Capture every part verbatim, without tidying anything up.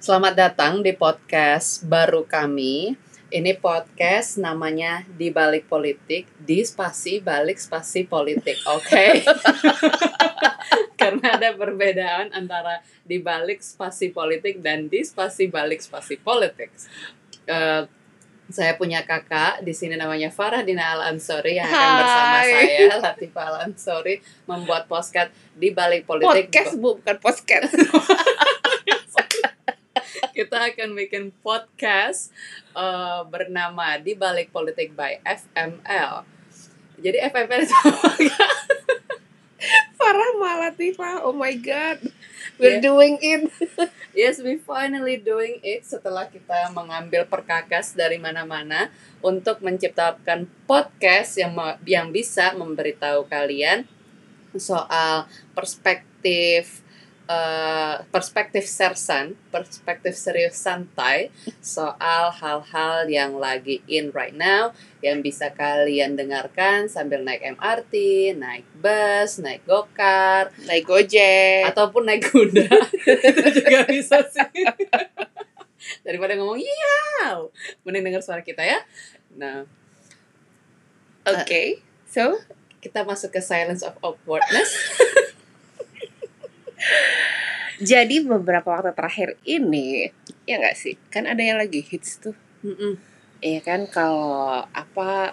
Selamat datang di podcast baru kami. Ini podcast namanya Di Balik Politik, di spasi balik spasi politik, oke? Okay? Karena ada perbedaan antara di balik spasi politik dan di spasi balik spasi politik. Uh, saya punya kakak di sini namanya Farah Dina Al-Ansori yang akan Hai. bersama saya Latifah Al-Ansori membuat podcast Di Balik Politik. Podcast bu, bukan podcast. Kita akan bikin podcast uh, bernama Di Balik Politik by F M L. Jadi F M L itu apa? Farah malah Latifah, oh my god, we're yeah. doing it. Yes, we finally doing it setelah kita mengambil perkakas dari mana-mana untuk menciptakan podcast yang yang bisa memberitahu kalian soal perspektif Uh, perspektif sersan, perspektif serius santai soal hal-hal yang lagi in right now yang bisa kalian dengarkan sambil naik M R T, naik bus, naik gokar, naik gojek, ataupun naik kuda. Itu juga bisa sih. Daripada ngomong iya, mending dengar suara kita ya. Nah, oke, okay. So kita masuk ke silence of awkwardness. Jadi beberapa waktu terakhir ini, ya nggak sih, kan ada yang lagi hits tuh, iya kan, kalau apa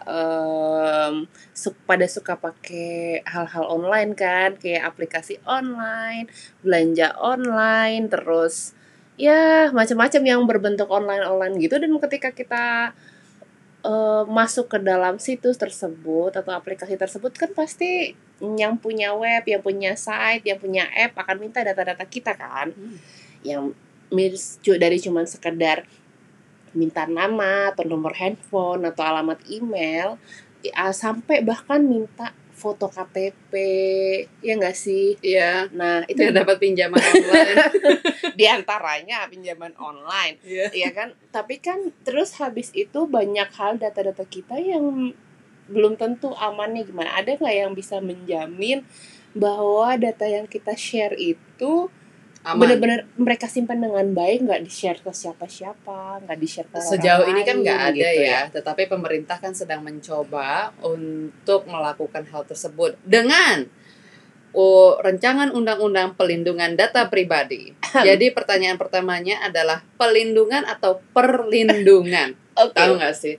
um, su- pada suka pakai hal-hal online kan, kayak aplikasi online, belanja online, terus ya macam-macam yang berbentuk online-online gitu. Dan ketika kita uh, masuk ke dalam situs tersebut atau aplikasi tersebut kan pasti yang punya web, yang punya site, yang punya app akan minta data-data kita kan. Hmm. Yang mirs dari cuman sekedar minta nama atau nomor handphone atau alamat email, ya, sampai bahkan minta foto K T P, ya nggak sih? Iya. Nah itu dia dapat pinjaman online. Di antaranya pinjaman online, iya yeah. kan? Tapi kan terus habis itu banyak hal data-data kita yang belum tentu amannya gimana. Ada nggak yang bisa menjamin bahwa data yang kita share itu aman, benar-benar mereka simpan dengan baik, nggak di-share ke siapa-siapa, nggak di-share ke orang sejauh lain, ini kan nggak ada gitu ya. ya. Tetapi pemerintah kan sedang mencoba untuk melakukan hal tersebut dengan oh, rancangan undang-undang pelindungan data pribadi. Jadi pertanyaan pertamanya adalah pelindungan atau perlindungan. Okay. Tahu nggak sih?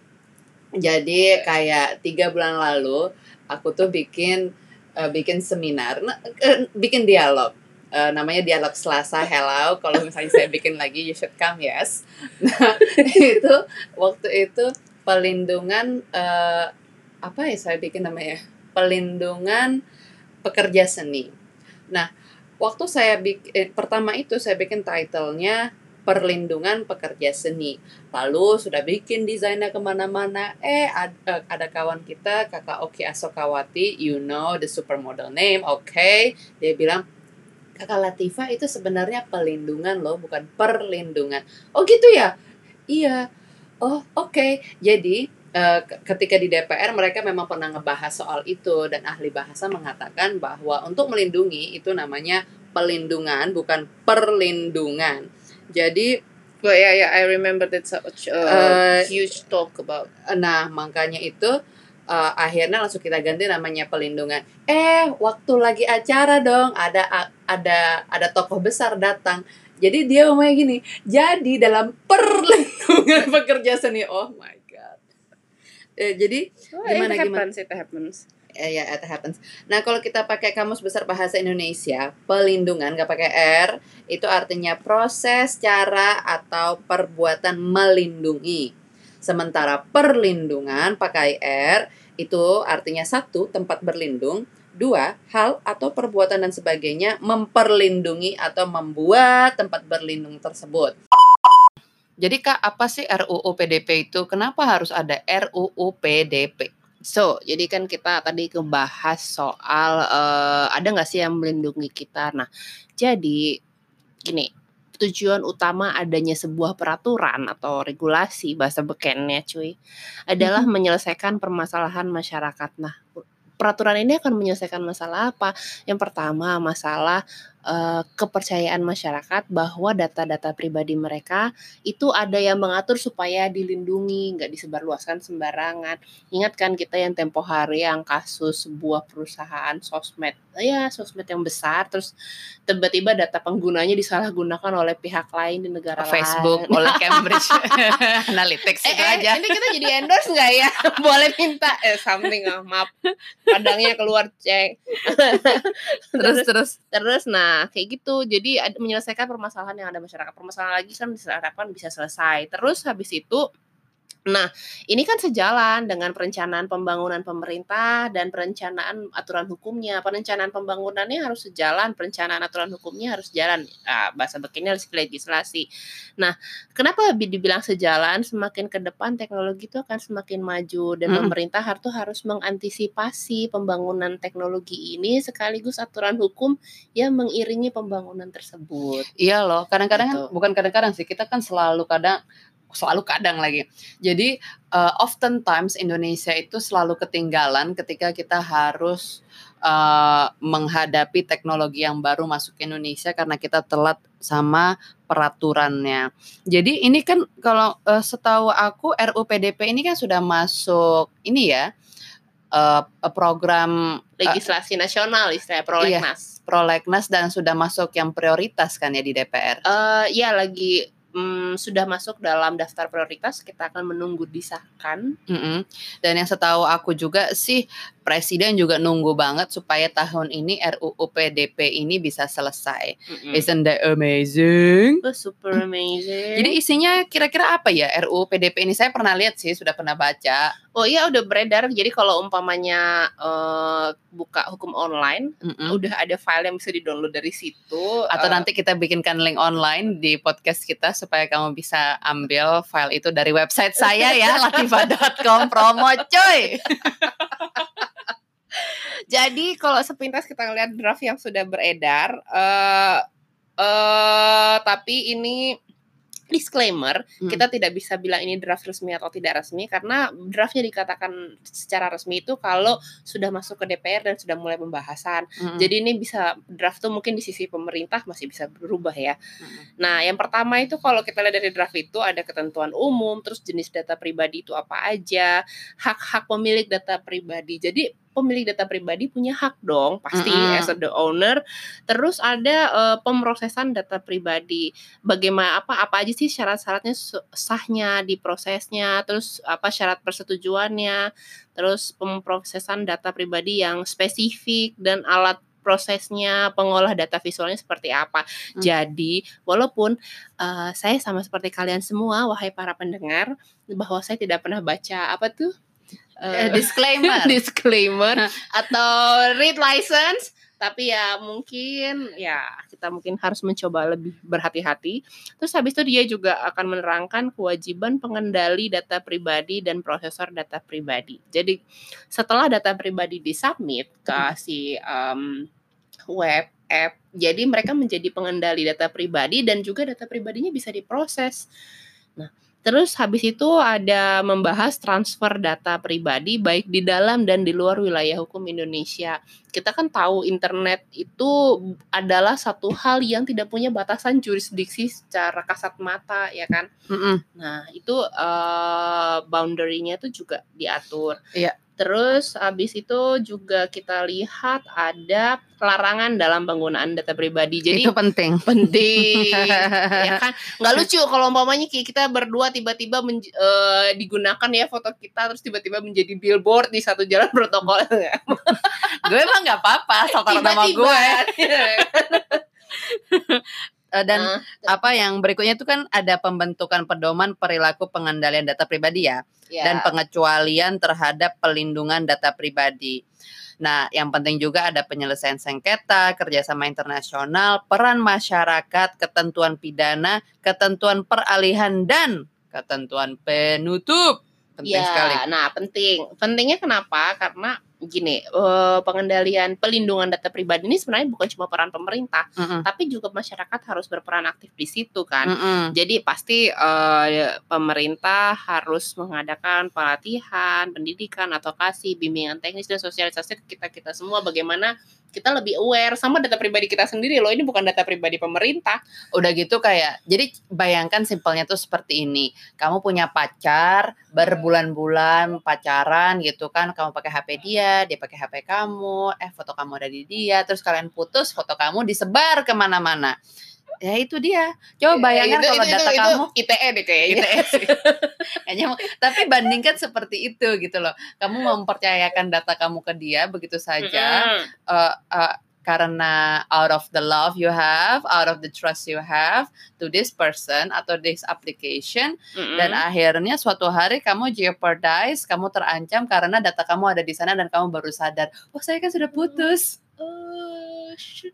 Jadi kayak tiga bulan lalu aku tuh bikin uh, bikin seminar, uh, bikin dialog. Uh, namanya dialog Selasa. Hello, kalau misalnya saya bikin lagi, you should come, yes. Nah, itu waktu itu pelindungan uh, apa ya saya bikin namanya? Pelindungan pekerja seni. Nah, waktu saya bikin eh, pertama itu saya bikin title-nya perlindungan pekerja seni. Lalu sudah bikin desainnya kemana-mana. Eh ada, ada kawan kita, kakak Oki Asokawati, you know the supermodel name, oke? Okay. Dia bilang, kakak Latifah itu sebenarnya pelindungan loh, bukan perlindungan. Oh gitu ya? Iya. Oh oke. Okay. Jadi uh, ketika di D P R mereka memang pernah ngebahas soal itu dan ahli bahasa mengatakan bahwa untuk melindungi itu namanya pelindungan, bukan perlindungan. Jadi, well, yeah, yeah, I remember that such a uh, huge talk about. Nah, makanya itu uh, akhirnya langsung kita ganti namanya pelindungan. Eh, waktu lagi acara dong, ada ada ada tokoh besar datang. Jadi dia ngomongnya gini, jadi dalam perlindungan pekerja seni. Oh my god. Eh, jadi oh, gimana it gimana? Happens, it happens. Ya, yeah, yeah, it happens. Nah, kalau kita pakai Kamus Besar Bahasa Indonesia, pelindungan nggak pakai R, itu artinya proses, cara, atau perbuatan melindungi. Sementara perlindungan pakai R, itu artinya satu, tempat berlindung, dua, hal atau perbuatan dan sebagainya memperlindungi atau membuat tempat berlindung tersebut. Jadi Kak, apa sih R U U P D P itu? Kenapa harus ada R U U P D P? So, jadi kan kita tadi ngebahas soal uh, ada nggak sih yang melindungi kita. Nah, jadi gini, tujuan utama adanya sebuah peraturan atau regulasi, bahasa bekennya cuy, adalah mm-hmm. menyelesaikan permasalahan masyarakat. Nah, peraturan ini akan menyelesaikan masalah apa? Yang pertama, masalah uh, kepercayaan masyarakat bahwa data-data pribadi mereka itu ada yang mengatur supaya dilindungi, nggak disebarluaskan sembarangan. Ingat kan kita yang tempo hari yang kasus sebuah perusahaan sosmed, ya sosmed yang besar, terus tiba-tiba data penggunanya disalahgunakan oleh pihak lain di negara Facebook lain. oleh Cambridge Analytics eh, itu eh, aja. Ini kita jadi endorse nggak ya? Boleh minta eh something ah, maaf. Padangnya keluar cek. terus terus terus nah kayak gitu. Jadi ada, menyelesaikan permasalahan yang ada masyarakat. Permasalahan lagi kan diharapkan bisa selesai. Terus habis itu nah, ini kan sejalan dengan perencanaan pembangunan pemerintah dan perencanaan aturan hukumnya. Perencanaan pembangunannya harus sejalan, perencanaan aturan hukumnya harus jalan. Nah, bahasa begini harus legislasi. Nah, kenapa dibilang sejalan? Semakin ke depan teknologi itu akan semakin maju dan hmm. pemerintah harus harus mengantisipasi pembangunan teknologi ini sekaligus aturan hukum yang mengiringi pembangunan tersebut. Iya loh, kadang-kadang gitu. kan, bukan kadang-kadang sih, kita kan selalu kadang selalu kadang lagi. Jadi uh, oftentimes Indonesia itu selalu ketinggalan ketika kita harus uh, menghadapi teknologi yang baru masuk ke Indonesia karena kita telat sama peraturannya. Jadi ini kan kalau uh, setahu aku R U P D P ini kan sudah masuk ini ya uh, program legislasi uh, nasional istilah prolegnas. Iya, prolegnas dan sudah masuk yang prioritas kan ya di D P R. Uh, ya lagi Hmm, sudah masuk dalam daftar prioritas, kita akan menunggu disahkan. Mm-mm. Dan yang setahu aku juga sih Presiden juga nunggu banget supaya tahun ini R U U P D P ini bisa selesai. Mm-mm. Isn't that amazing? Oh, super amazing. Jadi isinya kira-kira apa ya R U U P D P ini? Saya pernah lihat sih, sudah pernah baca. Oh iya udah beredar. Jadi kalau umpamanya uh, buka hukum online, Mm-mm. udah ada file yang bisa di-download dari situ. Atau uh, nanti kita bikinkan link online di podcast kita supaya kamu bisa ambil file itu dari website saya ya, latifah dot com, promo coy. Jadi kalau sepintas kita ngeliat draft yang sudah beredar, uh, uh, tapi ini disclaimer, hmm. kita tidak bisa bilang ini draft resmi atau tidak resmi karena draftnya dikatakan secara resmi itu kalau sudah masuk ke D P R dan sudah mulai pembahasan. Hmm. Jadi ini bisa draft tuh mungkin di sisi pemerintah masih bisa berubah ya. Hmm. Nah, yang pertama itu kalau kita lihat dari draft itu ada ketentuan umum, terus jenis data pribadi itu apa aja, hak-hak pemilik data pribadi. Jadi pemilik data pribadi punya hak dong pasti mm-hmm. as the owner. Terus ada uh, pemrosesan data pribadi. Bagaimana apa apa aja sih syarat-syaratnya sahnya di prosesnya, terus apa syarat persetujuannya, terus pemrosesan data pribadi yang spesifik dan alat prosesnya, pengolah data visualnya seperti apa. Hmm. Jadi, walaupun uh, saya sama seperti kalian semua, wahai para pendengar, bahwa saya tidak pernah baca apa tuh Uh, disclaimer disclaimer atau read license, tapi ya mungkin ya kita mungkin harus mencoba lebih berhati-hati. Terus habis itu dia juga akan menerangkan kewajiban pengendali data pribadi dan prosesor data pribadi. Jadi setelah data pribadi disubmit ke si um, web app, jadi mereka menjadi pengendali data pribadi dan juga data pribadinya bisa diproses. Nah, terus habis itu ada membahas transfer data pribadi baik di dalam dan di luar wilayah hukum Indonesia. Kita kan tahu internet itu adalah satu hal yang tidak punya batasan jurisdiksi secara kasat mata, ya kan? Mm-mm. Nah, itu uh, boundary-nya itu juga diatur. Iya. Terus habis itu juga kita lihat ada larangan dalam penggunaan data pribadi. Jadi itu penting. Penting. Ya kan? Nggak lucu kalau umpamanya kita berdua tiba-tiba men- uh, digunakan ya foto kita terus tiba-tiba menjadi billboard di satu jalan protokol. Gue emang nggak apa-apa soal nama gue. Dan uh, apa yang berikutnya itu kan ada pembentukan pedoman perilaku pengendalian data pribadi ya, yeah. dan pengecualian terhadap pelindungan data pribadi. Nah, yang penting juga ada penyelesaian sengketa, kerjasama internasional, peran masyarakat, ketentuan pidana, ketentuan peralihan dan ketentuan penutup. Penting ya, sekali. Nah, penting. Pentingnya kenapa? Karena gini, uh, pengendalian pelindungan data pribadi ini sebenarnya bukan cuma peran pemerintah, mm-mm. tapi juga masyarakat harus berperan aktif di situ kan. Mm-mm. Jadi pasti uh, pemerintah harus mengadakan pelatihan, pendidikan, advokasi, bimbingan teknis dan sosialisasi ke kita-kita semua bagaimana kita lebih aware sama data pribadi kita sendiri loh, ini bukan data pribadi pemerintah. Udah gitu kayak, jadi bayangkan simpelnya tuh seperti ini, kamu punya pacar, berbulan-bulan pacaran gitu kan, kamu pakai H P dia, dia pakai H P kamu, eh foto kamu ada di dia, terus kalian putus, foto kamu disebar kemana-mana. Ya itu dia. Coba bayangkan itu, kalau itu, data itu, kamu itu I T E deh kayaknya. I T E sih. Kayaknya, tapi bandingkan seperti itu gitu loh. Kamu mempercayakan data kamu ke dia begitu saja, Mm-mm. uh, uh, karena out of the love you have, out of the trust you have to this person atau this application, Mm-mm. dan akhirnya suatu hari kamu jeopardize, kamu terancam karena data kamu ada di sana dan kamu baru sadar, oh saya kan sudah putus. Oh, shit.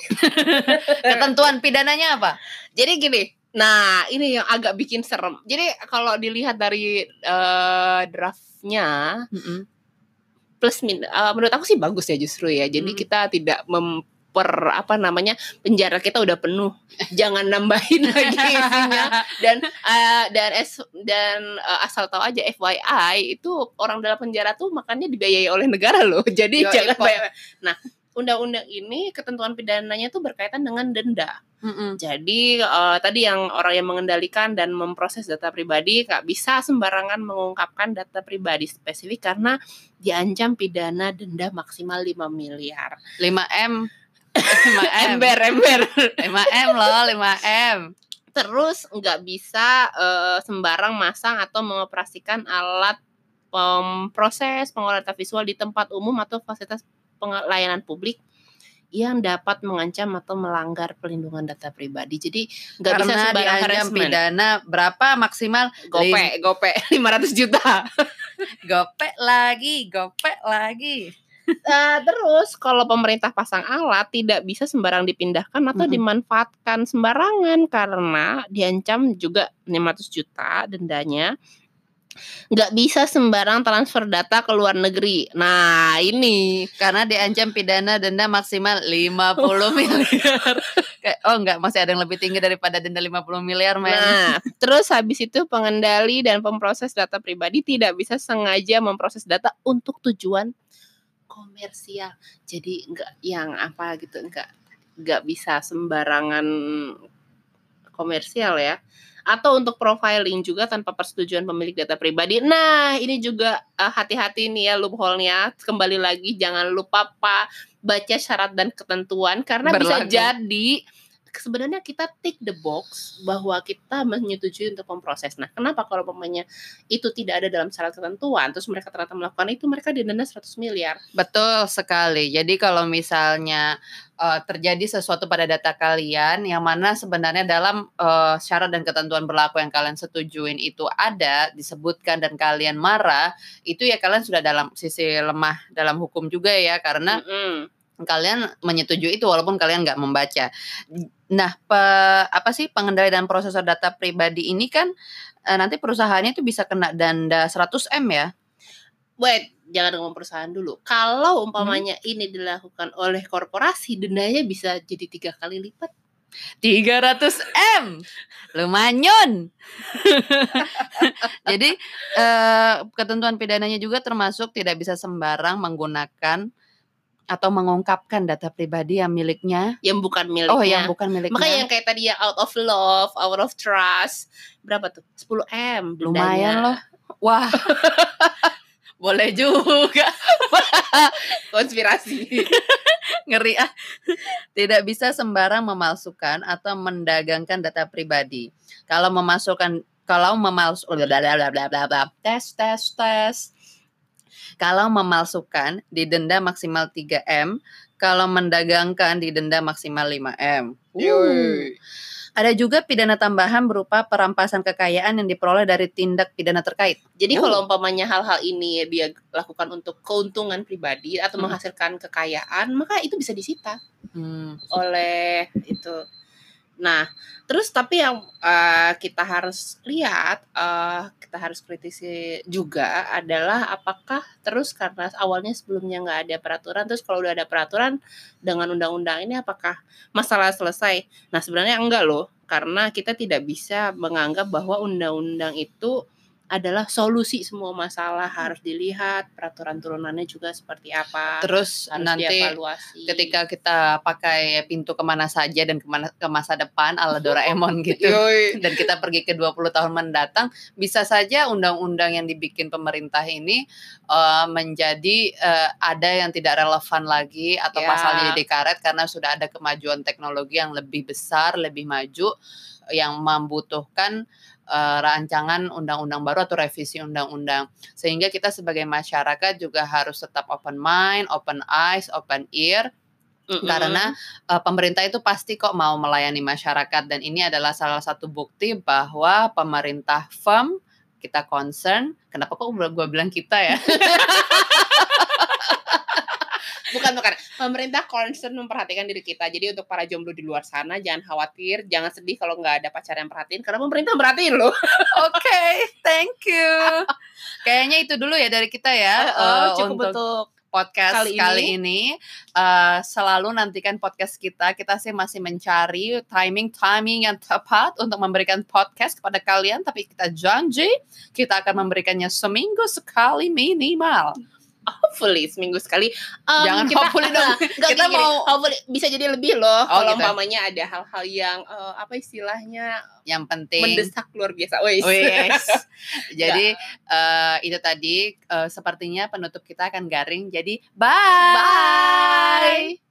Ketentuan pidananya apa? Jadi gini, nah ini yang agak bikin serem. Jadi kalau dilihat dari uh, draftnya, Mm-mm. plus min, uh, menurut aku sih bagus ya justru ya. Jadi Mm-mm. kita tidak memper apa namanya penjara kita udah penuh, jangan nambahin lagi isinya. Dan uh, dan es, dan uh, asal tahu aja F Y I itu orang dalam penjara tuh makannya dibiayai oleh negara loh. Jadi Yo, jangan ipo. bayar. Nah, undang-undang ini ketentuan pidananya tuh berkaitan dengan denda. Mm-mm. Jadi uh, tadi yang orang yang mengendalikan dan memproses data pribadi nggak bisa sembarangan mengungkapkan data pribadi spesifik karena diancam pidana denda maksimal lima miliar. lima M. lima M. Ember, ember. lima M loh, lima M. Terus nggak bisa uh, sembarang masang atau mengoperasikan alat pemproses pengolahan data visual di tempat umum atau fasilitas pelayanan publik yang dapat mengancam atau melanggar pelindungan data pribadi. Jadi nggak bisa Karena sembarang diancam harassment. pidana berapa maksimal? Gope, Lim- gope lima ratus juta. Gope lagi, gope lagi. Uh, terus kalau pemerintah pasang alat tidak bisa sembarang dipindahkan atau Mm-mm. dimanfaatkan sembarangan karena diancam juga lima ratus juta dendanya. Nggak bisa sembarang transfer data ke luar negeri. Nah ini Karena diancam pidana denda maksimal lima puluh miliar. Kayak, oh enggak, masih ada yang lebih tinggi daripada denda lima puluh miliar, men. Nah, terus habis itu pengendali dan pemproses data pribadi tidak bisa sengaja memproses data untuk tujuan komersial. Jadi enggak yang apa gitu, enggak enggak bisa sembarangan komersial ya. Atau untuk profiling juga tanpa persetujuan pemilik data pribadi. Nah, ini juga uh, hati-hati nih ya loophole-nya. Kembali lagi jangan lupa Pak baca syarat dan ketentuan karena Berlaku. bisa jadi sebenarnya kita tick the box bahwa kita menyetujui untuk memproses. Nah, kenapa kalau pemainnya itu tidak ada dalam syarat ketentuan, terus mereka ternyata melakukan itu, mereka didenda seratus miliar. Betul sekali. Jadi kalau misalnya uh, terjadi sesuatu pada data kalian yang mana sebenarnya dalam uh, syarat dan ketentuan berlaku yang kalian setujuin itu ada, disebutkan dan kalian marah, itu ya kalian sudah dalam sisi lemah dalam hukum juga ya, karena Mm-mm. kalian menyetujui itu walaupun kalian nggak membaca. Nah, pe, apa sih pengendali dan prosesor data pribadi ini kan eh, nanti perusahaannya itu bisa kena denda seratus M ya? Wait, jangan ngomong perusahaan dulu. Kalau umpamanya hmm? ini dilakukan oleh korporasi, dendanya bisa jadi tiga kali lipat. tiga ratus M, lumayan. Jadi eh, ketentuan pidananya juga termasuk tidak bisa sembarang menggunakan atau mengungkapkan data pribadi yang miliknya, yang bukan miliknya. Oh, yang bukan miliknya. Makanya yang kayak tadi ya out of love, out of trust, berapa tuh? sepuluh M dendanya. Lumayan loh. Wah. Boleh juga. Konspirasi. Ngeri ah. Tidak bisa sembarang memalsukan atau mendagangkan data pribadi. Kalau memasukkan kalau memalsu tes tes tes. Kalau memalsukan didenda maksimal tiga M, kalau mendagangkan didenda maksimal lima M. Uh. Ada juga pidana tambahan berupa perampasan kekayaan yang diperoleh dari tindak pidana terkait. Jadi oh. kalau umpamanya hal-hal ini dia lakukan untuk keuntungan pribadi atau hmm. menghasilkan kekayaan, maka itu bisa disita hmm. oleh itu. Nah, terus tapi yang uh, kita harus lihat, uh, kita harus kritisi juga adalah apakah terus karena awalnya sebelumnya nggak ada peraturan, terus kalau udah ada peraturan dengan undang-undang ini apakah masalah selesai? Nah, sebenarnya enggak loh, karena kita tidak bisa menganggap bahwa undang-undang itu adalah solusi semua masalah, harus dilihat peraturan turunannya juga seperti apa. Terus harus nanti dievaluasi. ketika kita pakai pintu kemana saja dan kemana, ke masa depan ala Doraemon gitu, Yoi. dan kita pergi ke dua puluh tahun mendatang, bisa saja undang-undang yang dibikin pemerintah ini uh, menjadi uh, ada yang tidak relevan lagi atau Ya. pasalnya jadi karet karena sudah ada kemajuan teknologi yang lebih besar, lebih maju, yang membutuhkan uh, rancangan undang-undang baru atau revisi undang-undang. Sehingga kita sebagai masyarakat juga harus tetap open mind, open eyes, open ear. Mm-mm. Karena uh, pemerintah itu pasti kok mau melayani masyarakat, dan ini adalah salah satu bukti bahwa pemerintah firm, kita concern. Kenapa kok gue bilang kita ya? Bukan, bukan. Pemerintah concern memperhatikan diri kita. Jadi untuk para jomblo di luar sana, jangan khawatir, jangan sedih kalau nggak ada pacar yang perhatiin, karena pemerintah merhatiin loh. Oke, okay, thank you. Kayaknya itu dulu ya dari kita ya. Uh, uh, cukup untuk, untuk podcast kali ini, kali ini. Uh, selalu nantikan podcast kita. Kita sih masih mencari timing timing yang tepat untuk memberikan podcast kepada kalian, tapi kita janji kita akan memberikannya seminggu sekali minimal. Hopefully seminggu sekali. Um, Jangan kita, hopefully dong. Gak, kita gini, mau hopefully bisa jadi lebih loh. Oh, kalau gitu. umpamanya ada hal-hal yang uh, apa istilahnya yang penting mendesak luar biasa. Wes. Jadi uh, itu tadi uh, sepertinya penutup kita akan garing. Jadi bye. Bye.